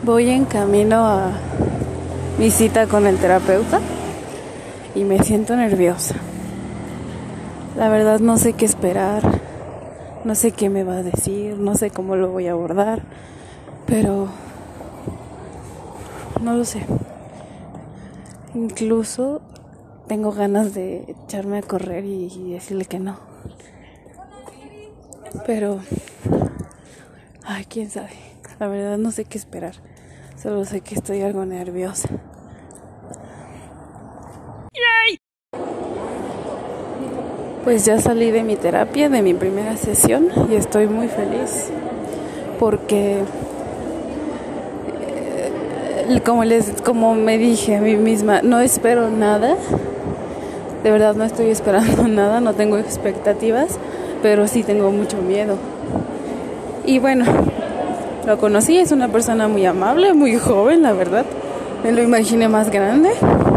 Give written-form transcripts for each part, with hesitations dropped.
Voy en camino a mi cita con el terapeuta y me siento nerviosa. La verdad no sé qué esperar, no sé qué me va a decir, no sé cómo lo voy a abordar, pero no lo sé. Incluso tengo ganas de echarme a correr y decirle que no. Pero, quién sabe. La verdad no sé qué esperar. Solo sé que estoy algo nerviosa. Pues ya salí de mi terapia, de mi primera sesión, y estoy muy feliz porque, como me dije a mí misma, no espero nada. De verdad no estoy esperando nada, no tengo expectativas, pero sí tengo mucho miedo. Y bueno, lo conocí, es una persona muy amable, muy joven, la verdad. Me lo imaginé más grande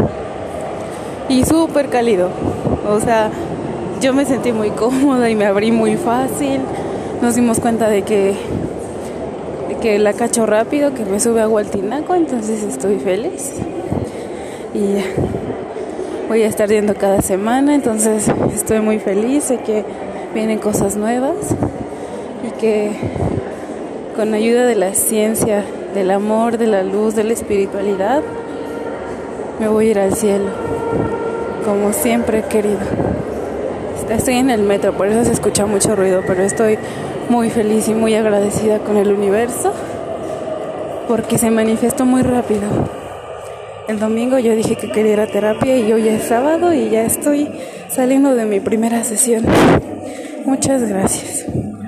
y súper cálido. O sea, yo me sentí muy cómoda y me abrí muy fácil. Nos dimos cuenta de que la cacho rápido, que me sube agua al tinaco, entonces estoy feliz. Y voy a estar yendo cada semana, entonces estoy muy feliz. Sé que vienen cosas nuevas y que con ayuda de la ciencia, del amor, de la luz, de la espiritualidad, me voy a ir al cielo, como siempre he querido. Estoy en el metro, por eso se escucha mucho ruido, pero estoy muy feliz y muy agradecida con el universo porque se manifestó muy rápido. El domingo yo dije que quería ir a terapia y hoy es sábado y ya estoy saliendo de mi primera sesión. Muchas gracias.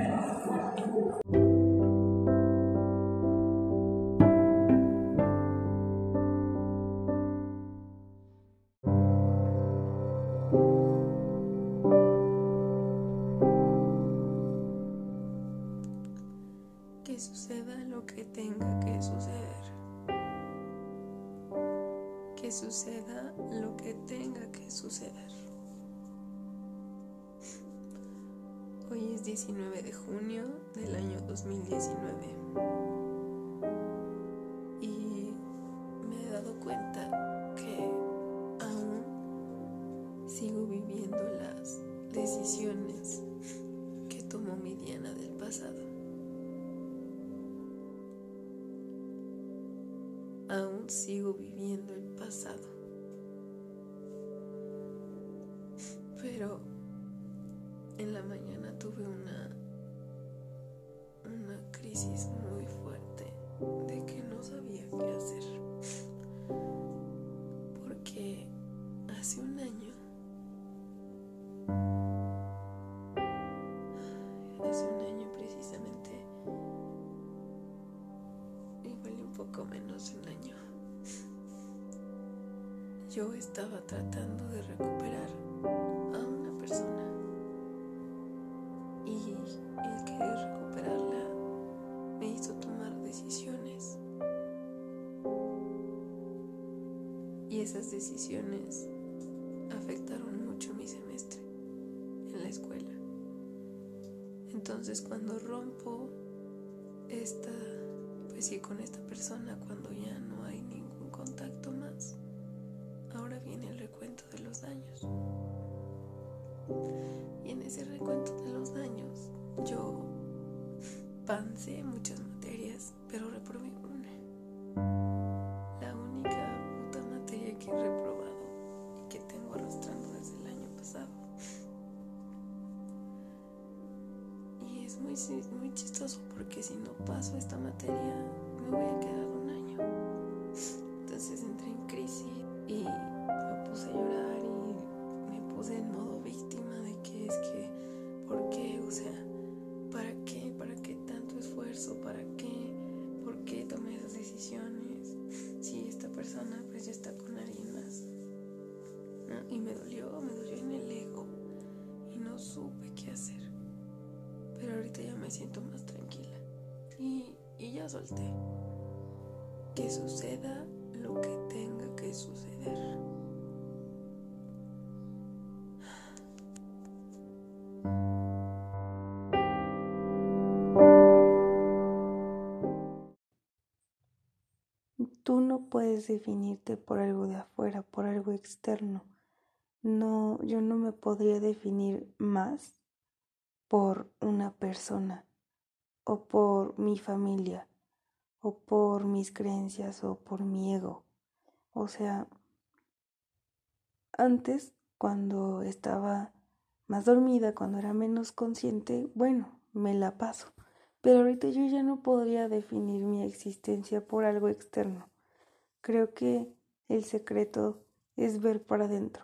Que suceda lo que tenga que suceder. Que suceda lo que tenga que suceder. Hoy es 19 de junio del año 2019 y me he dado cuenta que aún sigo viviendo las decisiones que tomó mi Diana del pasado. Aún sigo viviendo el pasado. Pero en la mañana tuve una crisis muy fuerte de que no sabía qué hacer. Porque hace un año precisamente, igual un poco menos de un año, yo estaba tratando de recuperar a una persona y el querer recuperarla me hizo tomar decisiones y esas decisiones afectaron mucho mi semestre en la escuela. Entonces cuando rompo con esta persona, cuando ya no hay ningún contacto más, ahora viene el recuento de los daños. Y en ese recuento de los daños yo pasé muchas materias, pero reprobé una. La única puta materia que he reprobado y que tengo arrastrando desde el año pasado. Y es muy chistoso porque si no paso esta materia me voy a quedar un año. Entonces entré en crisis y me puse a llorar y me puse en modo víctima de que ¿por qué? O sea, ¿para qué? ¿Para qué tanto esfuerzo? ¿Para qué? ¿Por qué tomé esas decisiones? Si esta persona pues ya está con alguien más, ¿no? Y me dolió en el ego y no supe qué hacer. Pero ahorita ya me siento más tranquila y ya solté. Que suceda lo que tenga que suceder. tú no puedes definirte por algo de afuera, por algo externo. No, yo no me podría definir más por una persona o por mi familia o por mis creencias o por mi ego. O sea, antes, cuando estaba más dormida, cuando era menos consciente, bueno, me la paso. Pero ahorita yo ya no podría definir mi existencia por algo externo. Creo que el secreto es ver para adentro.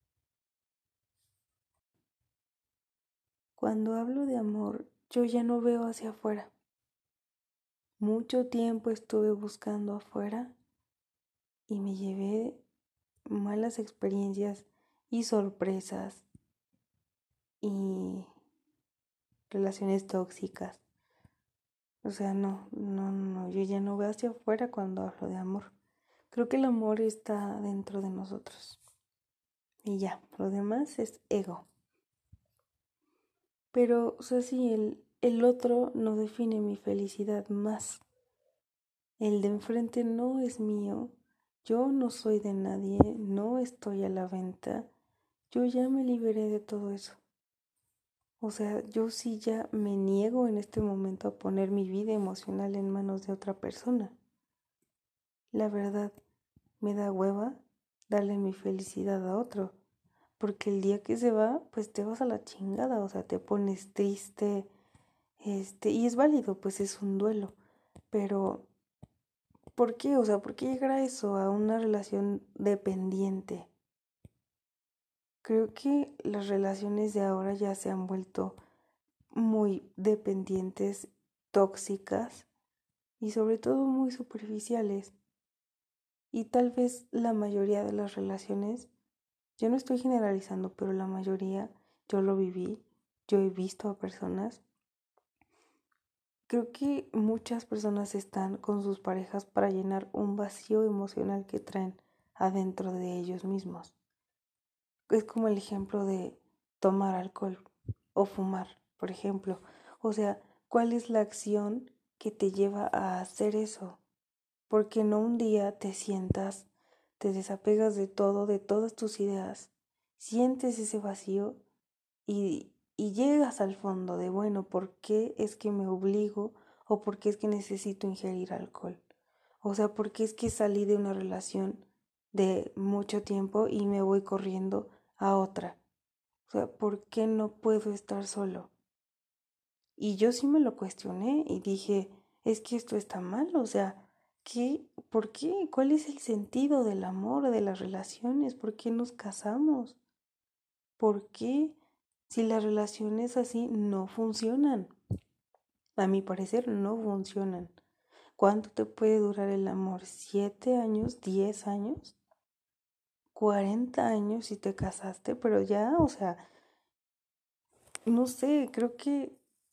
Cuando hablo de amor, yo ya no veo hacia afuera. Mucho tiempo estuve buscando afuera y me llevé malas experiencias y sorpresas y relaciones tóxicas. O sea, no, yo ya no veo hacia afuera cuando hablo de amor. Creo que el amor está dentro de nosotros. Y ya, lo demás es ego. Pero, o sea, sí, el otro no define mi felicidad más. El de enfrente no es mío. Yo no soy de nadie, no estoy a la venta. Yo ya me liberé de todo eso. O sea, yo sí ya me niego en este momento a poner mi vida emocional en manos de otra persona. La verdad, me da hueva darle mi felicidad a otro. Porque el día que se va, pues te vas a la chingada, o sea, te pones triste, y es válido, pues es un duelo. Pero, ¿por qué? O sea, ¿por qué llegar a eso, a una relación dependiente? Creo que las relaciones de ahora ya se han vuelto muy dependientes, tóxicas y sobre todo muy superficiales. Y tal vez la mayoría de las relaciones, yo no estoy generalizando, pero la mayoría yo lo viví, yo he visto a personas. Creo que muchas personas están con sus parejas para llenar un vacío emocional que traen adentro de ellos mismos. Es como el ejemplo de tomar alcohol o fumar, por ejemplo. O sea, ¿cuál es la acción que te lleva a hacer eso? Porque no un día te sientas, te desapegas de todo, de todas tus ideas, sientes ese vacío y llegas al fondo de, bueno, ¿por qué es que me obligo o por qué es que necesito ingerir alcohol? O sea, ¿por qué es que salí de una relación de mucho tiempo y me voy corriendo a otra? O sea, ¿por qué no puedo estar solo? Y yo sí me lo cuestioné y dije, es que esto está mal, o sea, ¿qué? ¿Por qué? ¿Cuál es el sentido del amor, de las relaciones? ¿Por qué nos casamos? ¿Por qué? Si las relaciones así no funcionan. A mi parecer no funcionan. ¿Cuánto te puede durar el amor? ¿7 años? ¿10 años? ¿40 años si te casaste? Pero ya, o sea, no sé, creo que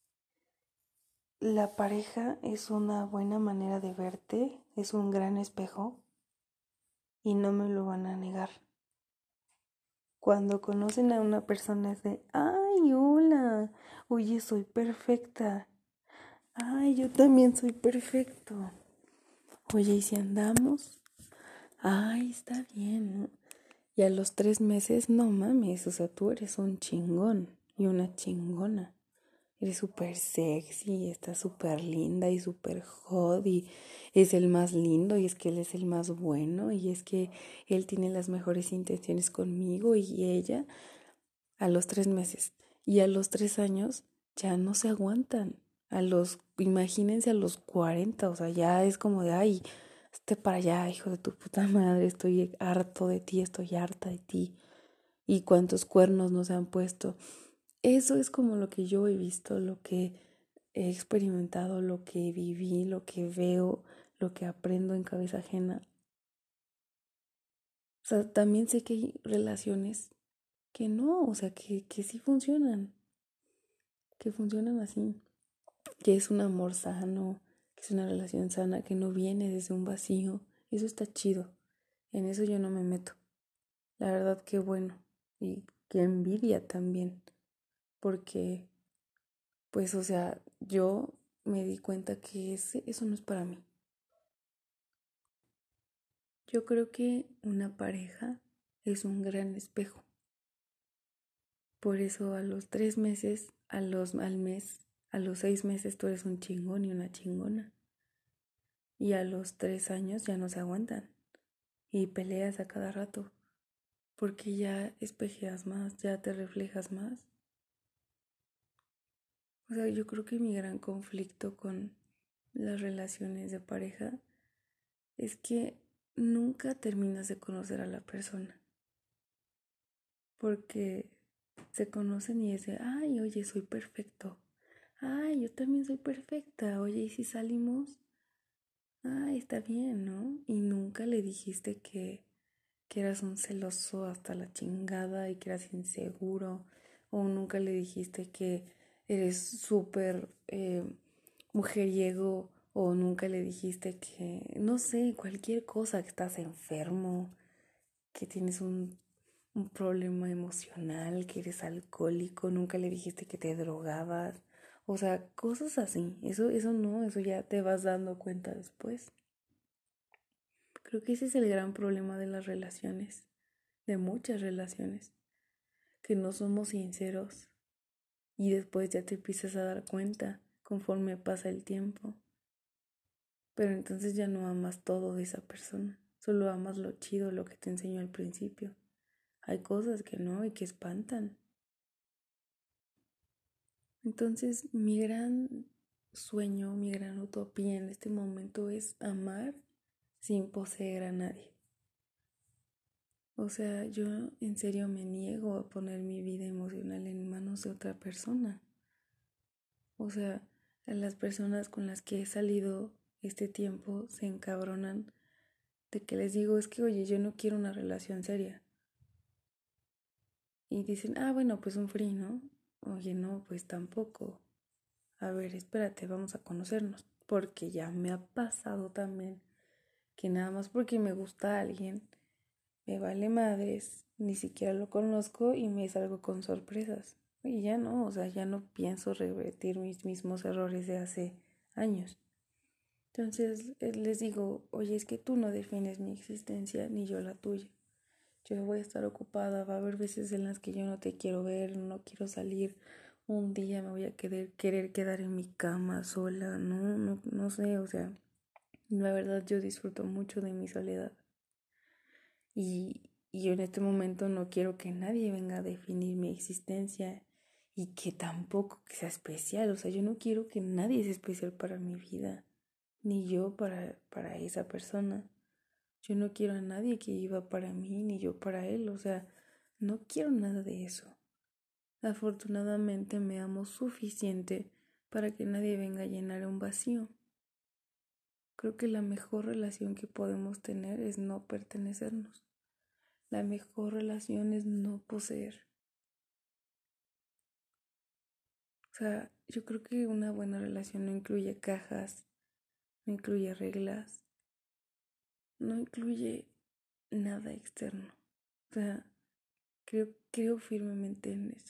la pareja es una buena manera de verte, es un gran espejo y no me lo van a negar. Cuando conocen a una persona es de, ay, hola, oye, soy perfecta. Ay, yo también soy perfecto. Oye, ¿y si andamos? Ay, está bien, ¿no? Y a los 3 meses, no mames, o sea, tú eres un chingón y una chingona. Eres súper sexy, estás súper linda y súper hot y es el más lindo y es que él es el más bueno y es que él tiene las mejores intenciones conmigo y ella a los 3 meses. Y a los 3 años ya no se aguantan. Imagínense a los 40, o sea, ya es como de, ay, esté para allá, hijo de tu puta madre, estoy harto de ti, estoy harta de ti. Y cuántos cuernos nos han puesto. Eso es como lo que yo he visto, lo que he experimentado, lo que viví, lo que veo, lo que aprendo en cabeza ajena. O sea, también sé que hay relaciones que no, o sea, que sí funcionan, que funcionan así, que es un amor sano, que es una relación sana, que no viene desde un vacío. Eso está chido. En eso yo no me meto. La verdad que bueno. Y qué envidia también. Porque, pues, o sea, yo me di cuenta que eso no es para mí. Yo creo que una pareja es un gran espejo. Por eso a los 3 meses, al mes, a los 6 meses tú eres un chingón y una chingona. Y a los 3 años ya no se aguantan. Y peleas a cada rato. Porque ya espejeas más, ya te reflejas más. O sea, yo creo que mi gran conflicto con las relaciones de pareja es que nunca terminas de conocer a la persona. Porque se conocen y es de, ay, oye, soy perfecto. Ay, yo también soy perfecta. Oye, ¿y si salimos? Ay, está bien, ¿no? Y nunca le dijiste que eras un celoso hasta la chingada y que eras inseguro. O nunca le dijiste que eres súper mujeriego. O nunca le dijiste que, no sé, cualquier cosa, que estás enfermo, que tienes un problema emocional, que eres alcohólico, nunca le dijiste que te drogabas, o sea, cosas así. Eso no, eso ya te vas dando cuenta después. Creo que ese es el gran problema de las relaciones, de muchas relaciones, que no somos sinceros y después ya te empiezas a dar cuenta conforme pasa el tiempo. Pero entonces ya no amas todo de esa persona, solo amas lo chido, lo que te enseñó al principio. Hay cosas que no y que espantan. Entonces, mi gran sueño, mi gran utopía en este momento es amar sin poseer a nadie. O sea, yo en serio me niego a poner mi vida emocional en manos de otra persona. O sea, a las personas con las que he salido este tiempo se encabronan de que les digo, es que, oye, yo no quiero una relación seria. Y dicen, ah, bueno, pues un free, ¿no? Oye, no, pues tampoco. A ver, espérate, vamos a conocernos. Porque ya me ha pasado también que nada más porque me gusta alguien, me vale madres, ni siquiera lo conozco y me salgo con sorpresas. Y ya no, o sea, ya no pienso repetir mis mismos errores de hace años. Entonces les digo, oye, es que tú no defines mi existencia ni yo la tuya. Yo voy a estar ocupada, va a haber veces en las que yo no te quiero ver, no quiero salir. Un día me voy a querer quedar en mi cama sola, no sé, o sea, la verdad yo disfruto mucho de mi soledad. Y yo en este momento no quiero que nadie venga a definir mi existencia y que tampoco que sea especial, o sea, yo no quiero que nadie sea especial para mi vida, ni yo para esa persona. Yo no quiero a nadie que viva para mí, ni yo para él, o sea, no quiero nada de eso. Afortunadamente me amo suficiente para que nadie venga a llenar un vacío. Creo que la mejor relación que podemos tener es no pertenecernos. La mejor relación es no poseer. O sea, yo creo que una buena relación no incluye cajas, no incluye reglas, no incluye nada externo. O sea, creo firmemente en eso.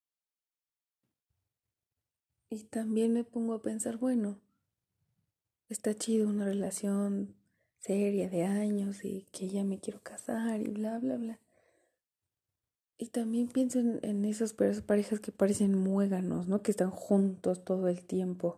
Y también me pongo a pensar, bueno, está chido una relación seria de años y que ya me quiero casar y bla, bla, bla. Y también pienso en esas parejas que parecen muéganos, ¿no? Que están juntos todo el tiempo.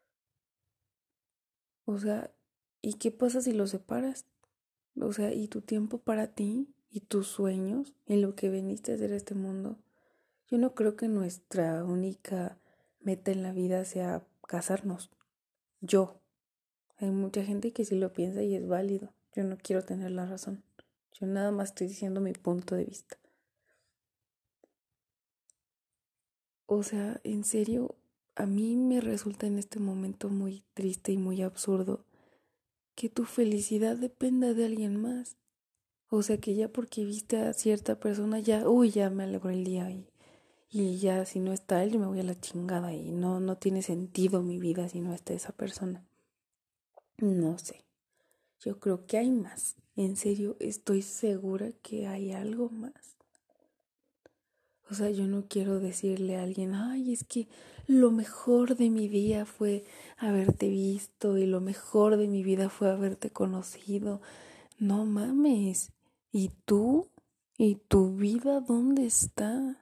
O sea, ¿y qué pasa si los separas? O sea, ¿y tu tiempo para ti y tus sueños y lo que viniste a hacer a este mundo? Yo no creo que nuestra única meta en la vida sea casarnos. Hay mucha gente que sí lo piensa y es válido. Yo no quiero tener la razón. Yo nada más estoy diciendo mi punto de vista. O sea, en serio, a mí me resulta en este momento muy triste y muy absurdo que tu felicidad dependa de alguien más. O sea, que ya porque viste a cierta persona ya, uy, ya me alegró el día y ya si no está él, yo me voy a la chingada y no tiene sentido mi vida si no está esa persona. No sé, yo creo que hay más. En serio, estoy segura que hay algo más. O sea, yo no quiero decirle a alguien, ay, es que lo mejor de mi día fue haberte visto y lo mejor de mi vida fue haberte conocido. no mames. ¿Y tú? ¿Y tu vida dónde está?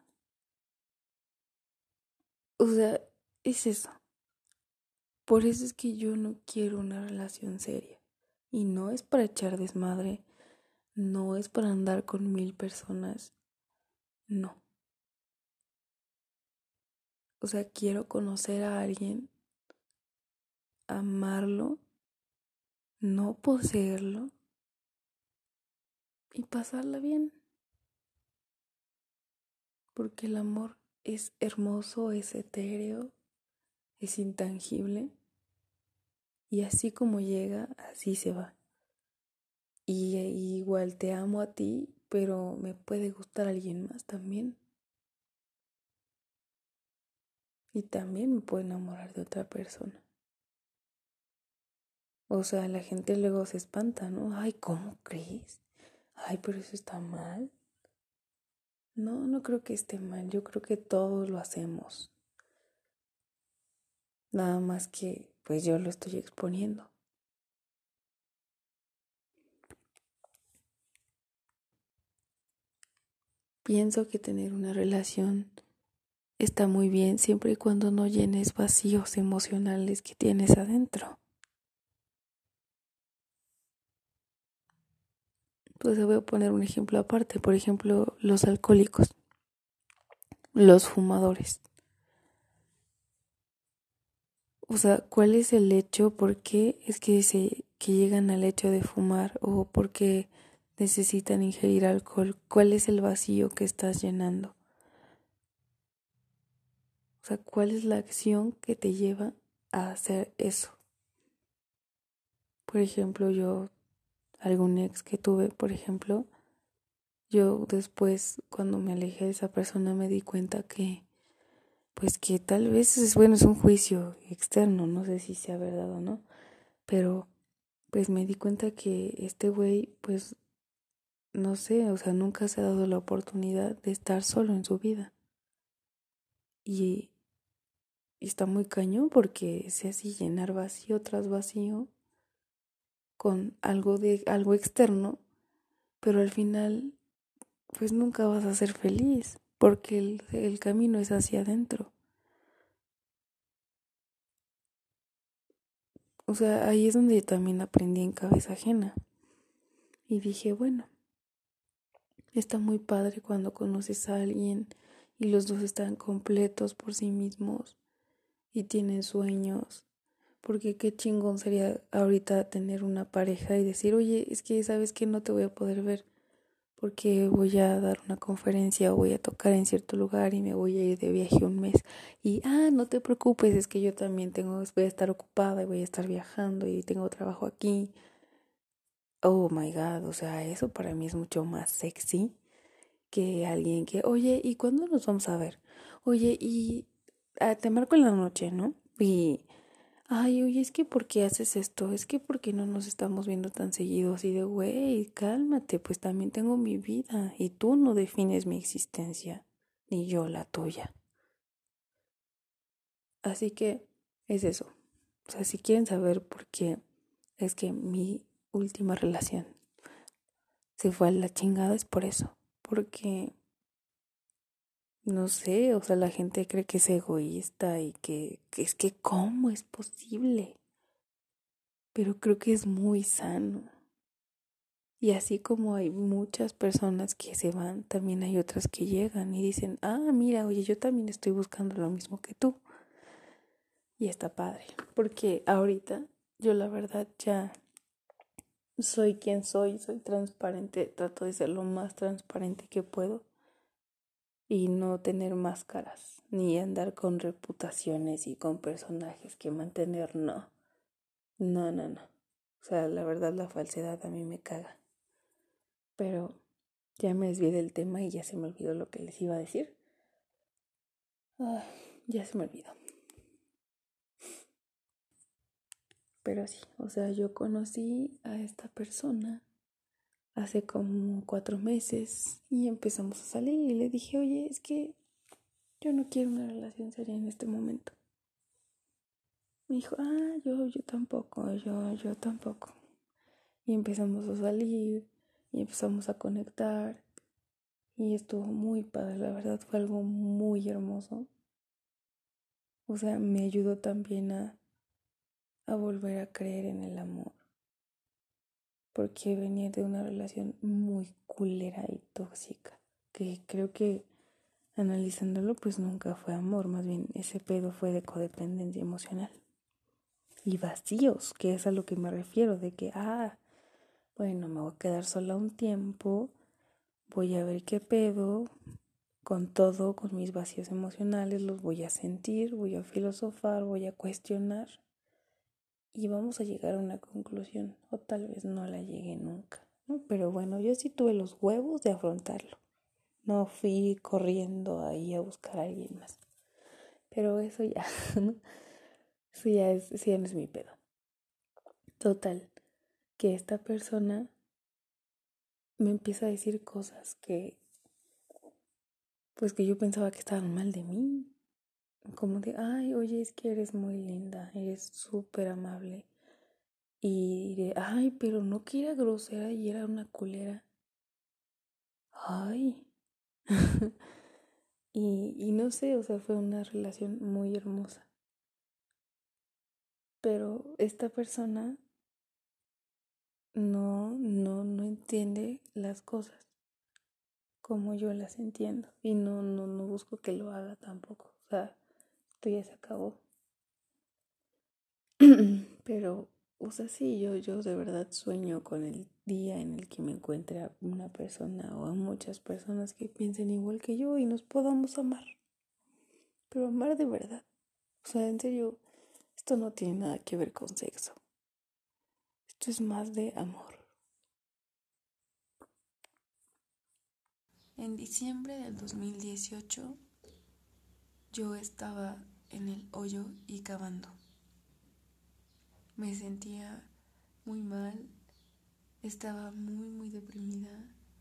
O sea, es eso. Por eso es que yo no quiero una relación seria. Y no es para echar desmadre, no es para andar con 1000 personas, no. O sea, quiero conocer a alguien, amarlo, no poseerlo y pasarla bien. Porque el amor es hermoso, es etéreo, es intangible. Y así como llega, así se va. Y igual te amo a ti, pero me puede gustar alguien más también. Y también me puedo enamorar de otra persona. O sea, la gente luego se espanta, ¿no? Ay, ¿cómo crees? Ay, pero eso está mal. No, no creo que esté mal. Yo creo que todos lo hacemos. Nada más que, pues yo lo estoy exponiendo. Pienso que tener una relación está muy bien siempre y cuando no llenes vacíos emocionales que tienes adentro. Pues voy a poner un ejemplo aparte. Por ejemplo, los alcohólicos, los fumadores. O sea, ¿cuál es el hecho? ¿Por qué es que llegan al hecho de fumar? ¿O por qué necesitan ingerir alcohol? ¿Cuál es el vacío que estás llenando? O sea, ¿cuál es la acción que te lleva a hacer eso? Por ejemplo, algún ex que tuve, por ejemplo, yo después, cuando me alejé de esa persona, me di cuenta que, pues que tal vez es bueno, es un juicio externo, no sé si sea verdad o no, pero pues me di cuenta que este güey, pues no sé, o sea, nunca se ha dado la oportunidad de estar solo en su vida. Y, y está muy cañón porque se hace llenar vacío tras vacío con algo externo, pero al final pues nunca vas a ser feliz porque el camino es hacia adentro. O sea, ahí es donde yo también aprendí en cabeza ajena. Y dije, bueno, está muy padre cuando conoces a alguien y los dos están completos por sí mismos y tienen sueños. Porque qué chingón sería ahorita tener una pareja y decir, oye, es que sabes que no te voy a poder ver porque voy a dar una conferencia o voy a tocar en cierto lugar y me voy a ir de viaje un mes. Y, no te preocupes, es que yo también voy a estar ocupada y voy a estar viajando y tengo trabajo aquí. Oh my God, o sea, eso para mí es mucho más sexy que alguien que, oye, ¿y cuándo nos vamos a ver? Oye, y te marco en la noche, ¿no? Y, ay, oye, es que ¿por qué haces esto? Es que ¿por qué no nos estamos viendo tan seguidos? Y de, güey, cálmate, pues también tengo mi vida y tú no defines mi existencia, ni yo la tuya. Así que es eso. O sea, si quieren saber por qué es que mi última relación se fue a la chingada, es por eso. Porque, no sé, o sea, la gente cree que es egoísta y que es que ¿cómo es posible? Pero creo que es muy sano. Y así como hay muchas personas que se van, también hay otras que llegan y dicen, mira, oye, yo también estoy buscando lo mismo que tú. Y está padre, porque ahorita yo la verdad ya soy quien soy transparente, trato de ser lo más transparente que puedo y no tener máscaras, ni andar con reputaciones y con personajes que mantener, no. No, no, no. O sea, la verdad la falsedad a mí me caga. Pero ya me desvié del tema y ya se me olvidó lo que les iba a decir. Ya se me olvidó. Pero sí, o sea, yo conocí a esta persona hace como 4 meses y empezamos a salir y le dije, oye, es que yo no quiero una relación seria en este momento. Me dijo, yo tampoco, yo tampoco. Y empezamos a salir y empezamos a conectar y estuvo muy padre, la verdad fue algo muy hermoso. O sea, me ayudó también a volver a creer en el amor, porque venía de una relación muy culera y tóxica, que creo que analizándolo pues nunca fue amor, más bien ese pedo fue de codependencia emocional. Y vacíos, que es a lo que me refiero, de que, bueno, me voy a quedar sola un tiempo, voy a ver qué pedo, con todo, con mis vacíos emocionales, los voy a sentir, voy a filosofar, voy a cuestionar y vamos a llegar a una conclusión, o tal vez no la llegué nunca, ¿no? Pero bueno, yo sí tuve los huevos de afrontarlo, no fui corriendo ahí a buscar a alguien más, pero eso ya, ¿no? Eso ya no es mi pedo. Total, que esta persona me empieza a decir cosas pues que yo pensaba que estaban mal de mí, como de, ay, oye, es que eres muy linda, eres súper amable, y de, ay, pero no que era grosera y era una culera, ay, y no sé, o sea, fue una relación muy hermosa, pero esta persona no entiende las cosas como yo las entiendo y no busco que lo haga tampoco, o sea, esto ya se acabó. Pero, o sea, sí, yo de verdad sueño con el día en el que me encuentre a una persona o a muchas personas que piensen igual que yo y nos podamos amar. Pero amar de verdad. O sea, en serio, esto no tiene nada que ver con sexo. Esto es más de amor. En diciembre del 2018 yo estaba en el hoyo y cavando. Me sentía muy mal, estaba muy deprimida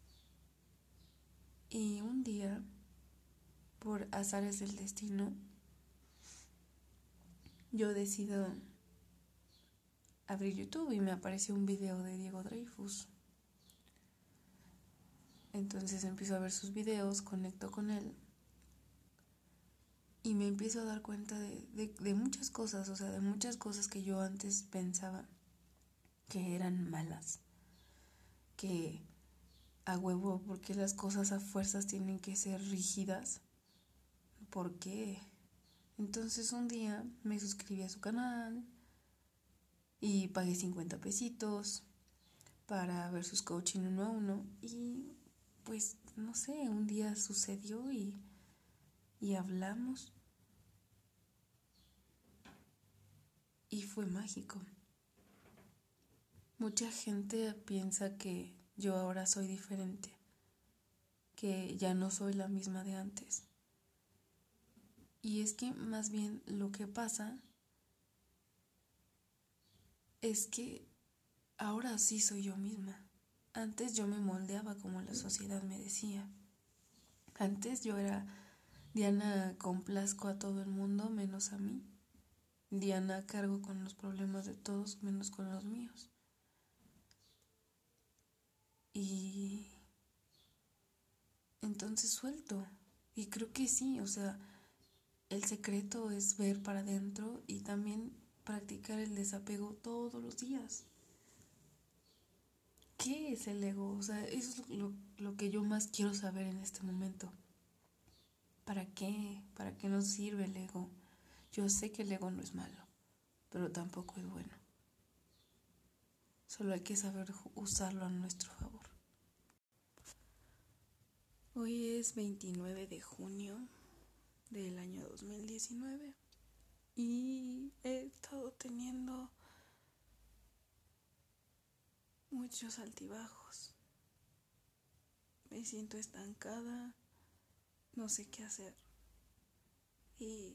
y un día, por azares del destino, yo decido abrir YouTube y me apareció un video de Diego Dreyfus. Entonces empiezo a ver sus videos, conecto con él y me empiezo a dar cuenta de muchas cosas, o sea, de muchas cosas que yo antes pensaba que eran malas, que a huevo, porque las cosas a fuerzas tienen que ser rígidas, ¿por qué? Entonces un día me suscribí a su canal y pagué 50 pesitos para ver sus coaching 1 a 1 y pues no sé, un día sucedió y hablamos y fue mágico. Mucha gente piensa que yo ahora soy diferente, que ya no soy la misma de antes. Y es que más bien lo que pasa es que ahora sí soy yo misma. Antes yo me moldeaba como la sociedad me decía. Antes yo era Diana, complazco a todo el mundo menos a mí. Diana, cargo con los problemas de todos menos con los míos. Y entonces suelto. Y creo que sí, o sea, el secreto es ver para adentro y también practicar el desapego todos los días. ¿Qué es el ego? O sea, eso es lo que yo más quiero saber en este momento. ¿Para qué? ¿Para qué nos sirve el ego? Yo sé que el ego no es malo, pero tampoco es bueno. Solo hay que saber usarlo a nuestro favor. Hoy es 29 de junio del año 2019 y he estado teniendo muchos altibajos. Me siento estancada, no sé qué hacer y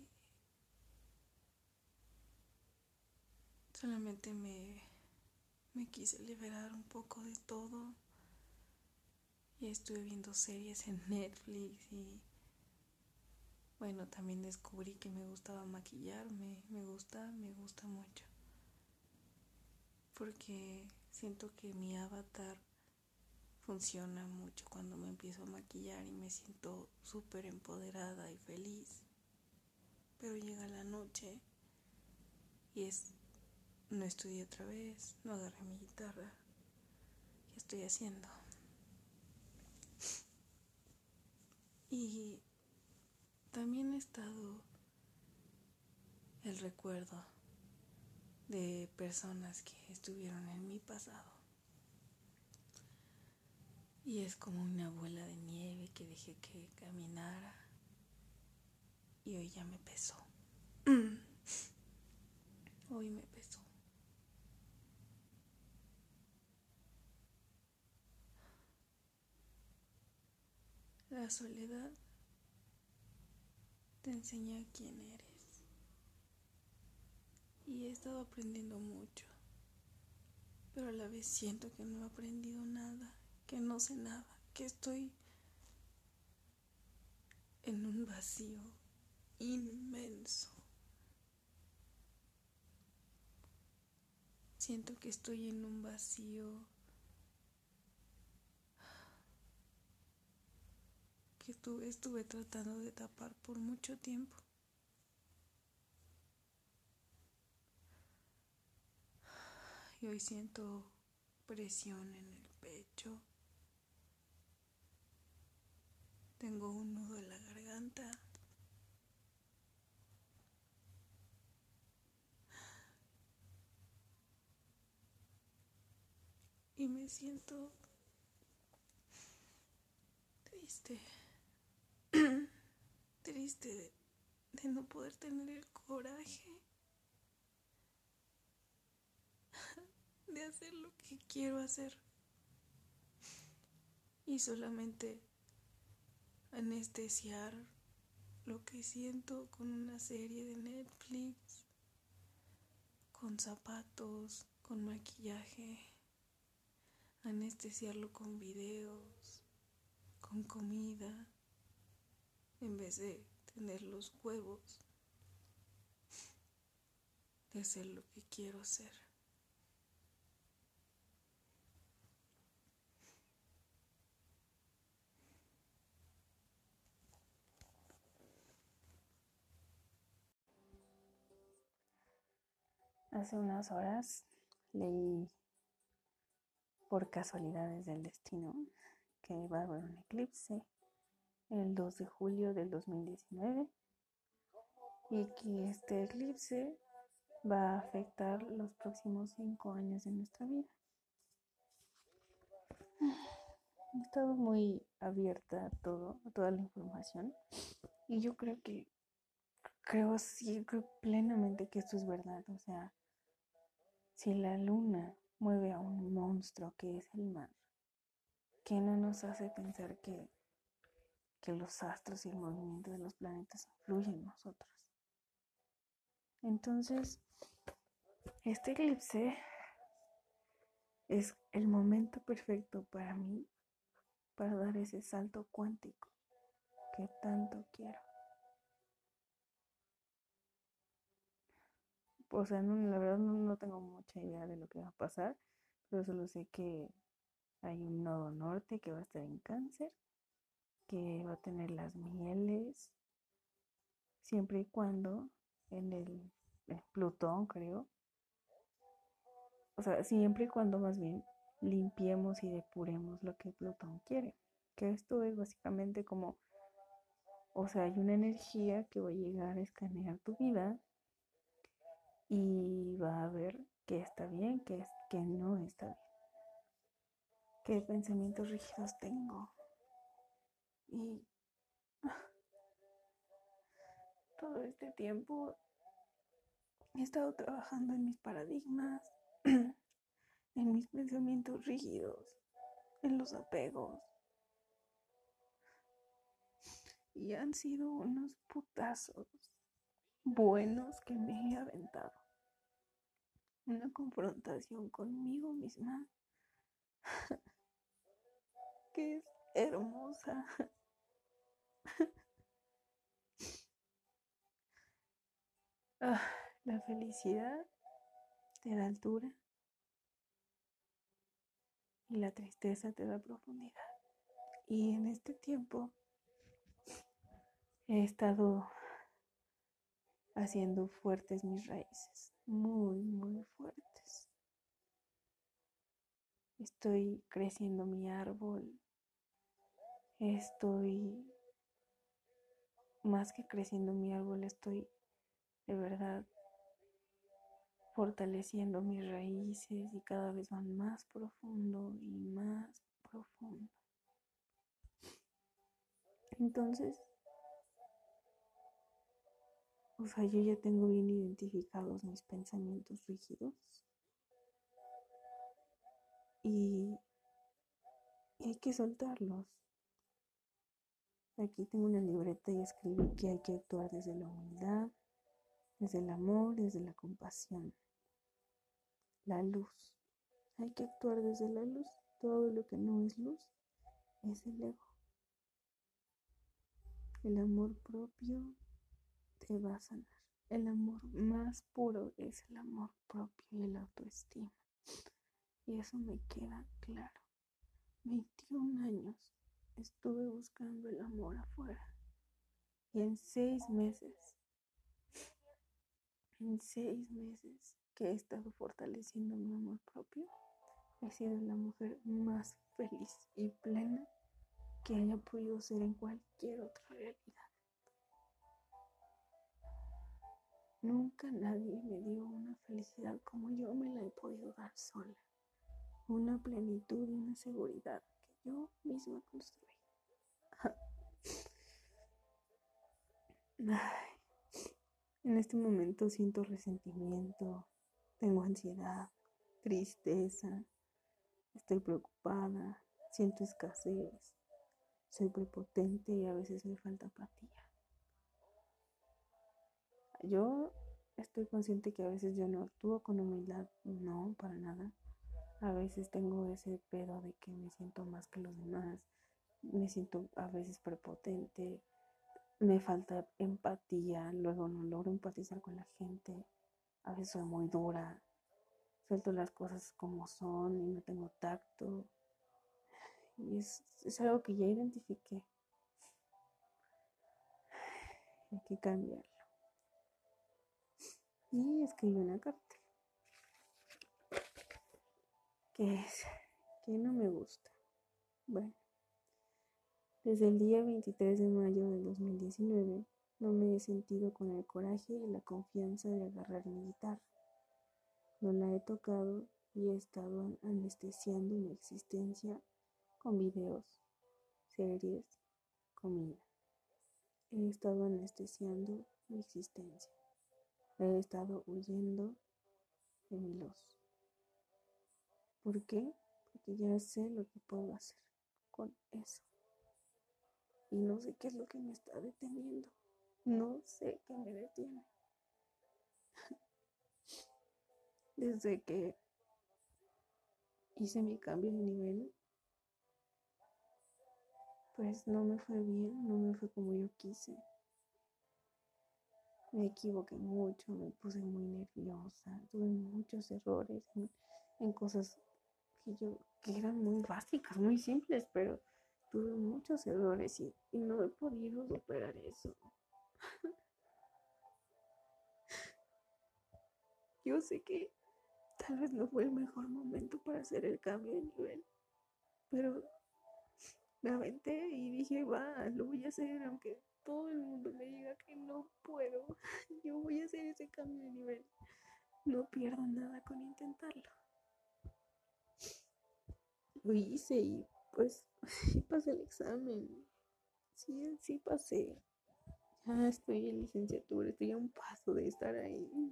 solamente me quise liberar un poco de todo y estuve viendo series en Netflix y bueno, también descubrí que me gustaba maquillarme, me gusta mucho. porque siento que mi avatar funciona mucho cuando me empiezo a maquillar y me siento súper empoderada y feliz. Pero llega la noche y no estudié otra vez, no agarré mi guitarra. ¿Qué estoy haciendo? Y también he estado el recuerdo de personas que estuvieron en mi pasado. Y es como una bola de nieve que dejé que caminara. Y hoy ya me pesó. Hoy me pesó. La soledad te enseña quién eres. Y he estado aprendiendo mucho. Pero a la vez siento que no he aprendido nada, que no sé nada, que estoy en un vacío inmenso. Siento que estoy en un vacío que estuve tratando de tapar por mucho tiempo. Y hoy siento presión en el pecho. Tengo un nudo en la garganta. Y me siento triste. Triste de no poder tener el coraje de hacer lo que quiero hacer. Y solamente anestesiar lo que siento con una serie de Netflix, con zapatos, con maquillaje, anestesiarlo con videos, con comida, en vez de tener los huevos de hacer lo que quiero hacer. Hace unas horas leí por casualidades del destino que va a haber un eclipse el 2 de julio del 2019 y que este eclipse va a afectar los próximos 5 años de nuestra vida. He estado muy abierta a toda la información y yo creo plenamente que esto es verdad. O sea, si la luna mueve a un monstruo que es el mar, ¿qué no nos hace pensar que los astros y el movimiento de los planetas influyen en nosotros? Entonces, este eclipse es el momento perfecto para mí para dar ese salto cuántico que tanto quiero. O sea, la verdad no tengo mucha idea de lo que va a pasar, pero solo sé que hay un nodo norte que va a estar en Cáncer, que va a tener las mieles, siempre y cuando en el Plutón, creo. O sea, siempre y cuando más bien limpiemos y depuremos lo que Plutón quiere. Que esto es básicamente como, o sea, hay una energía que va a llegar a escanear tu vida y va a ver qué está bien, qué no está bien, qué pensamientos rígidos tengo. Y todo este tiempo he estado trabajando en mis paradigmas, en mis pensamientos rígidos, en los apegos. Y han sido unos putazos buenos que me he aventado. Una confrontación conmigo misma que es hermosa. La felicidad te da altura, y la tristeza te da profundidad. Y en este tiempo he estado haciendo fuertes mis raíces, muy, muy fuertes. Estoy creciendo mi árbol, estoy, más que creciendo mi árbol, estoy de verdad fortaleciendo mis raíces y cada vez van más profundo y más profundo. Entonces, yo ya tengo bien identificados mis pensamientos rígidos y hay que soltarlos. Aquí tengo una libreta y escribí que hay que actuar desde la humildad, desde el amor, desde la compasión, la luz. Hay que actuar desde la luz. Todo lo que no es luz es el ego. El amor propio te va a sanar. El amor más puro es el amor propio y el autoestima. Y eso me queda claro. 21 años estuve buscando el amor afuera. Y en 6 meses que he estado fortaleciendo mi amor propio, he sido la mujer más feliz y plena que haya podido ser en cualquier otra realidad. Nunca nadie me dio una felicidad como yo me la he podido dar sola. Una plenitud y una seguridad que yo misma construí. En este momento siento resentimiento, tengo ansiedad, tristeza, estoy preocupada, siento escasez, soy prepotente y a veces me falta apatía. Yo estoy consciente que a veces yo no actúo con humildad, no, para nada. A veces tengo ese pedo de que me siento más que los demás, me siento a veces prepotente, me falta empatía, luego no logro empatizar con la gente, a veces soy muy dura, suelto las cosas como son y no tengo tacto. Y es algo que ya identifiqué. Hay que cambiarlo. Y escribí una carta. ¿Qué es? ¿Qué no me gusta? Bueno, desde el día 23 de mayo del 2019 no me he sentido con el coraje y la confianza de agarrar mi guitarra. No la he tocado y he estado anestesiando mi existencia con videos, series, comida. He estado anestesiando mi existencia. He estado huyendo de mi luz. ¿Por qué? Porque ya sé lo que puedo hacer con eso. Y no sé qué es lo que me está deteniendo. No sé qué me detiene. Desde que hice mi cambio de nivel, pues no me fue bien, no me fue como yo quise. Me equivoqué mucho, me puse muy nerviosa, tuve muchos errores en cosas que eran muy básicas, muy simples, pero tuve muchos errores y no he podido superar eso. Yo sé que tal vez no fue el mejor momento para hacer el cambio de nivel, pero me aventé y dije, va, lo voy a hacer aunque todo el mundo me diga que no puedo. Yo voy a hacer ese cambio de nivel. No pierdo nada con intentarlo. Lo hice y pues sí pasé el examen. Sí pasé. Ya estoy en licenciatura, estoy a un paso de estar ahí.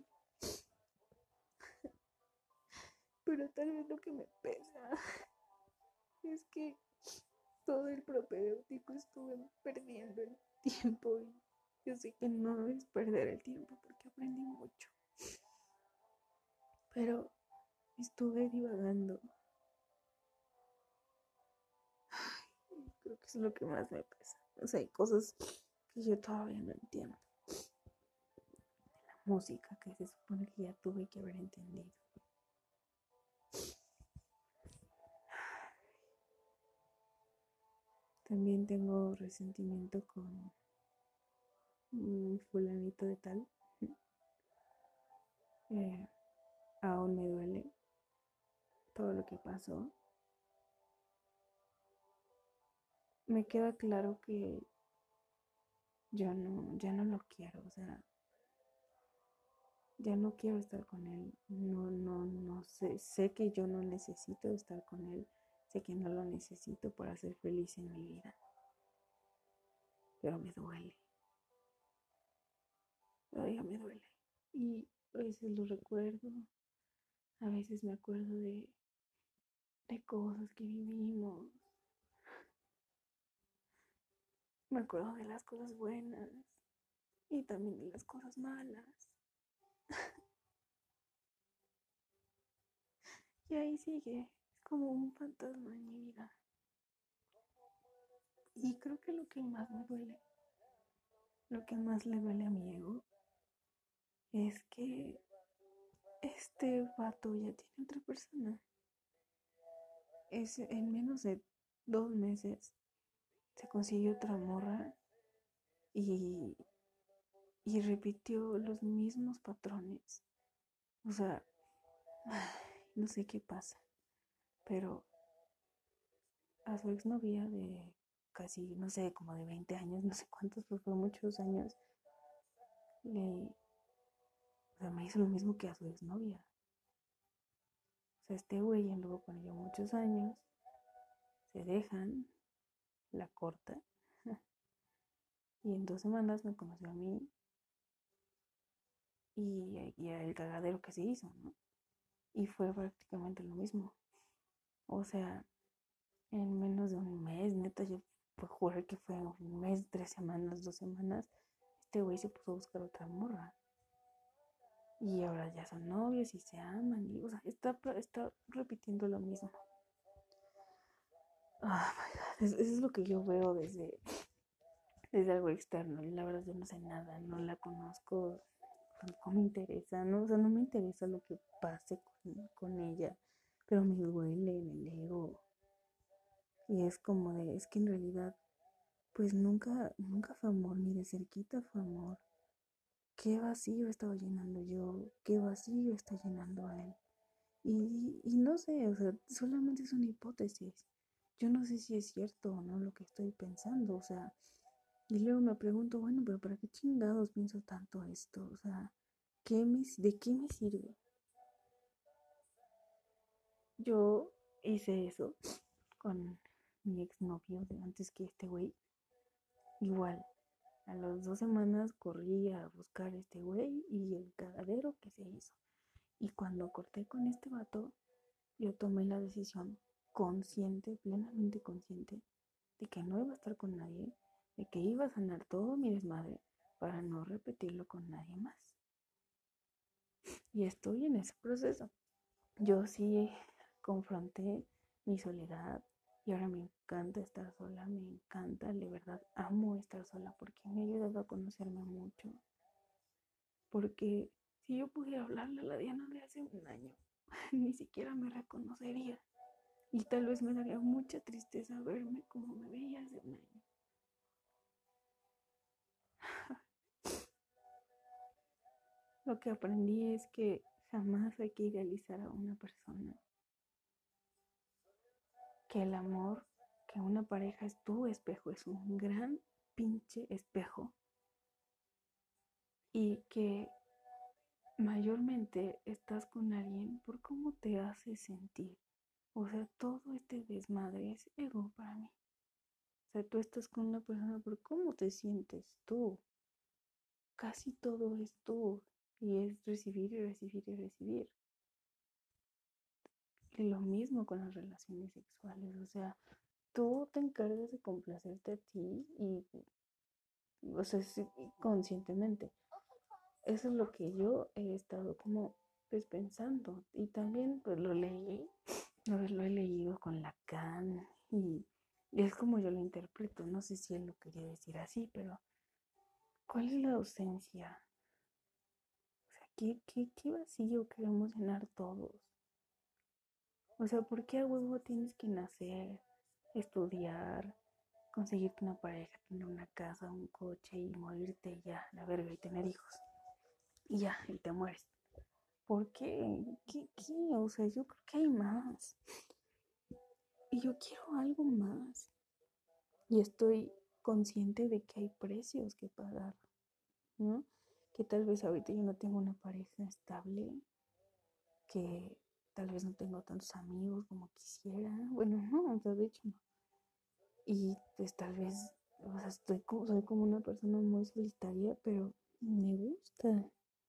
Pero tal vez lo que me pesa es que todo el propedéutico estuve perdiendo el tiempo y yo sé que no es perder el tiempo porque aprendí mucho. Pero estuve divagando. Creo que es lo que más me pesa. Hay cosas que yo todavía no entiendo. La música que se supone que ya tuve que haber entendido. También tengo resentimiento con fulanito de tal. Aún me duele todo lo que pasó. Me queda claro que ya no lo quiero, o sea, ya no quiero estar con él. No sé que yo no necesito estar con él, sé que no lo necesito para ser feliz en mi vida, pero me duele, todavía me duele. Y a veces lo recuerdo, a veces me acuerdo de cosas que vivimos, me acuerdo de las cosas buenas y también de las cosas malas. Y ahí sigue, es como un fantasma en mi vida. Y creo que lo que más me duele, lo que más le duele a mi ego, es que este vato ya tiene otra persona. Es en menos de 2 meses se consiguió otra morra y, y repitió los mismos patrones. O sea, no sé qué pasa, pero a su exnovia de casi, no sé, como de 20 años, no sé cuántos, pero fue muchos años, o sea, me hizo lo mismo que a su exnovia. O sea, este güey anduvo con ella muchos años, se dejan, la corta, y en 2 semanas me conoció a mí y el cagadero que se hizo, ¿no? Y fue prácticamente lo mismo. O sea, en menos de un mes, neta, yo puedo jurar que fue un mes, 3 semanas, 2 semanas, este güey se puso a buscar otra morra. Y ahora ya son novios y se aman. Y, o sea, está repitiendo lo mismo. Oh my God. Eso es lo que yo veo desde algo externo. Y la verdad yo no sé nada, no la conozco, tampoco me interesa, ¿no? O sea, no me interesa lo que pase con ella, pero me duele en el ego. Y es como es que en realidad, pues nunca fue amor, ni de cerquita fue amor. ¿Qué vacío estaba llenando yo? ¿Qué vacío está llenando a él? Y no sé, o sea, solamente es una hipótesis. Yo no sé si es cierto o no lo que estoy pensando, o sea, y luego me pregunto, bueno, pero ¿para qué chingados pienso tanto esto? O sea, ¿de qué me sirve? Yo hice eso con mi exnovio de antes que este güey. Igual, a las 2 semanas corrí a buscar a este güey y el cagadero que se hizo. Y cuando corté con este vato, yo tomé la decisión consciente, plenamente consciente, de que no iba a estar con nadie, de que iba a sanar todo mi desmadre para no repetirlo con nadie más. Y estoy en ese proceso. Yo sí confronté mi soledad y ahora me encanta estar sola, me encanta, de verdad amo estar sola porque me ha ayudado a conocerme mucho. Porque si yo pudiera hablarle a la Diana de hace un año, ni siquiera me reconocería. Y tal vez me daría mucha tristeza verme como me veía hace un año. Lo que aprendí es que jamás hay que idealizar a una persona. Que el amor, que una pareja es tu espejo, es un gran pinche espejo. Y que mayormente estás con alguien por cómo te hace sentir. O sea, todo este desmadre es ego para mí. O sea, tú estás con una persona por cómo te sientes tú. Casi todo es tú. Y es recibir y recibir y recibir. Y lo mismo con las relaciones sexuales. O sea, tú te encargas de complacerte a ti o sea, sí, conscientemente. Eso es lo que yo he estado como pues pensando. Y también pues lo leí, lo he leído con Lacan y es como yo lo interpreto. No sé si él lo quería decir así, pero ¿cuál es la ausencia? O sea, ¿qué vacío queremos llenar todos? O sea, ¿por qué a huevo tienes que nacer, estudiar, conseguirte una pareja, tener una casa, un coche y morirte y ya, la verga, y tener hijos. Y ya, y te mueres. ¿Por qué? ¿Qué? O sea, yo creo que hay más. Y yo quiero algo más. Y estoy consciente de que hay precios que pagar, ¿no? Que tal vez ahorita yo no tengo una pareja estable, que tal vez no tengo tantos amigos como quisiera. Bueno, no, o sea, de hecho no. Y pues tal vez, o sea, soy como una persona muy solitaria, pero me gusta.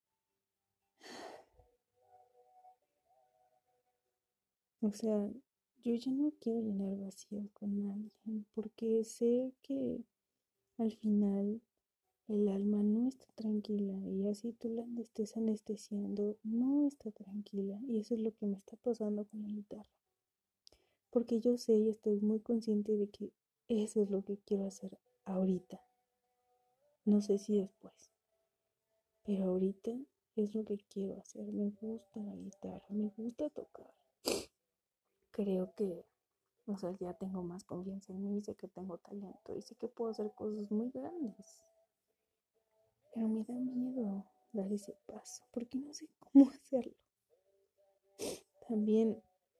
O sea, yo ya no quiero llenar vacíos con alguien porque sé que al final el alma no está tranquila y así tú la estés anestesiando, no está tranquila. Y eso es lo que me está pasando con la guitarra. Porque yo sé y estoy muy consciente de que eso es lo que quiero hacer ahorita. No sé si después, pero ahorita es lo que quiero hacer. Me gusta la guitarra, me gusta tocar. Creo que, o sea, ya tengo más confianza en mí, sé que tengo talento y sé que puedo hacer cosas muy grandes. Pero me da miedo dar ese paso porque no sé cómo hacerlo. También,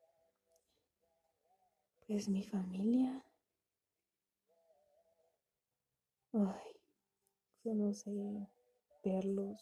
pues mi familia. Ay, yo no sé verlos.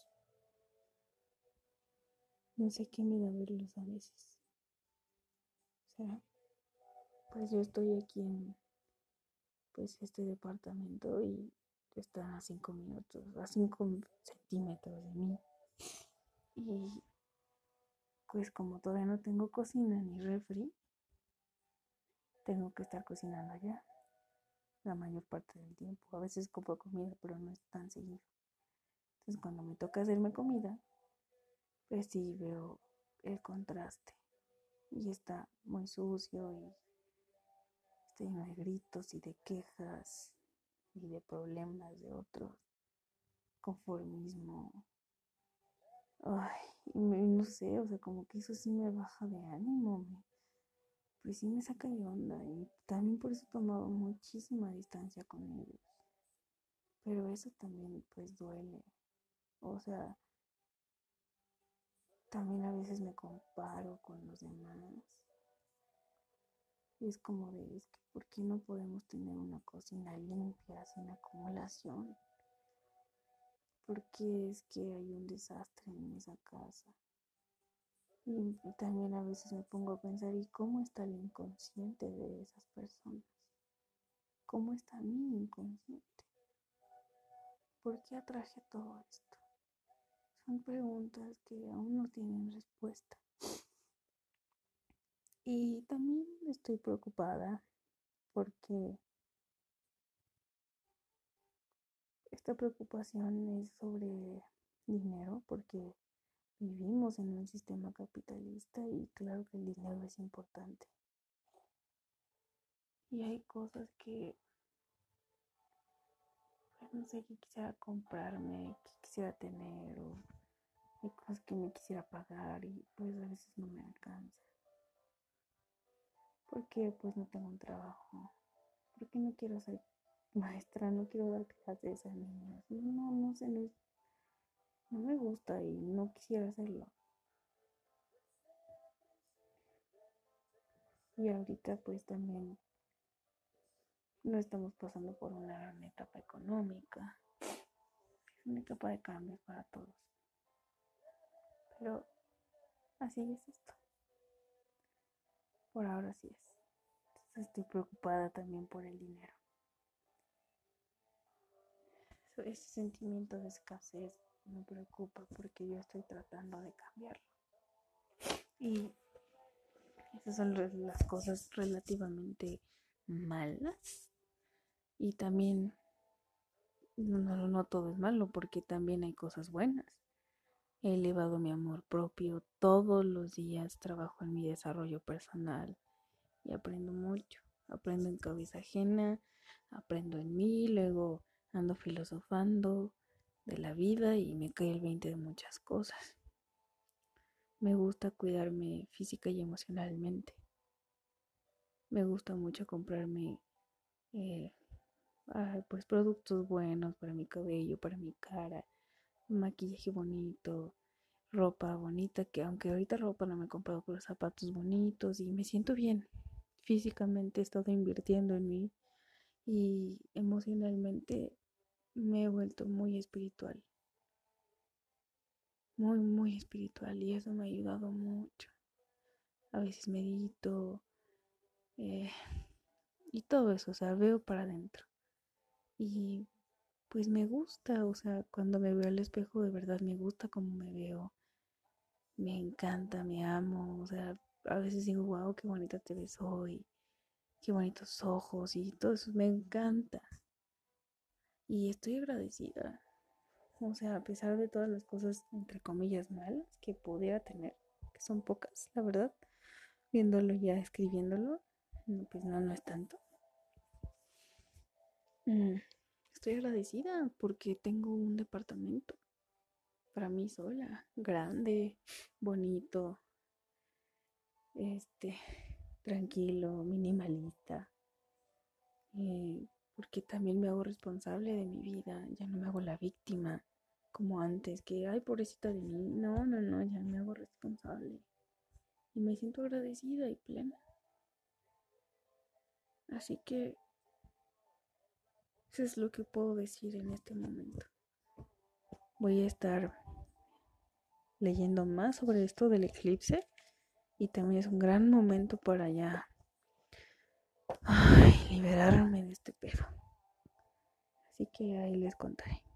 No sé qué me da verlos a veces. O sea, pues yo estoy aquí en pues este departamento y están a 5 minutos, a 5 centímetros de mí. Y pues como todavía no tengo cocina ni refri, tengo que estar cocinando allá la mayor parte del tiempo. A veces compro comida, pero no es tan seguido. Entonces cuando me toca hacerme comida, pues sí veo el contraste. Y está muy sucio y está lleno de gritos y de quejas y de problemas de otros, conformismo. Ay, no sé, o sea, como que eso sí me baja de ánimo, pues sí me saca de onda y también por eso he tomado muchísima distancia con ellos. Pero eso también pues duele. O sea, también a veces me comparo con los demás. Y es como de, es que ¿por qué no podemos tener una cocina limpia, sin acumulación? Porque es que hay un desastre en esa casa. Y también a veces me pongo a pensar, ¿y cómo está el inconsciente de esas personas? ¿Cómo está mi inconsciente? ¿Por qué atraje todo esto? Son preguntas que aún no tienen respuesta. Y también estoy preocupada porque esta preocupación es sobre dinero, porque vivimos en un sistema capitalista y claro que el dinero es importante. Y hay cosas que, pues no sé, que quisiera comprarme, que quisiera tener, o hay cosas que me quisiera pagar y pues a veces no me alcanza. Porque pues no tengo un trabajo. Porque no quiero ser maestra, no quiero dar clases a niños. No sé, no me gusta y no quisiera hacerlo. Y ahorita pues también no estamos pasando por una gran etapa económica. Es una etapa de cambios para todos. Pero así es esto. Por ahora sí es. Entonces estoy preocupada también por el dinero. Ese sentimiento de escasez me preocupa porque yo estoy tratando de cambiarlo. Y esas son las cosas relativamente malas. Y también no todo es malo porque también hay cosas buenas. He elevado mi amor propio. Todos los días trabajo en mi desarrollo personal y aprendo mucho. Aprendo en cabeza ajena, aprendo en mí, luego ando filosofando de la vida y me cae el 20 de muchas cosas. Me gusta cuidarme física y emocionalmente. Me gusta mucho comprarme pues productos buenos para mi cabello, para mi cara, maquillaje bonito, ropa bonita, que aunque ahorita ropa no me he comprado, pero zapatos bonitos y me siento bien. Físicamente he estado invirtiendo en mí y emocionalmente me he vuelto muy espiritual, muy, muy espiritual y eso me ha ayudado mucho. A veces medito eh, y todo eso, o sea, veo para adentro y pues me gusta, o sea, cuando me veo al espejo de verdad me gusta cómo me veo, me encanta, me amo, o sea, a veces digo, wow, qué bonita te ves hoy, qué bonitos ojos y todo eso me encanta y estoy agradecida. O sea, a pesar de todas las cosas, entre comillas, malas que pudiera tener, que son pocas, la verdad, viéndolo ya, escribiéndolo, pues no, no es tanto. Mm, Estoy agradecida porque tengo un departamento para mí sola, grande, bonito, este, tranquilo, minimalista, porque también me hago responsable de mi vida, ya no me hago la víctima como antes, que, ay, pobrecita de mí, no, no, no, ya me hago responsable y me siento agradecida y plena. Así que eso es lo que puedo decir en este momento. Voy a estar leyendo más sobre esto del eclipse y también es un gran momento para ya liberarme de este pedo. Así que ahí les contaré.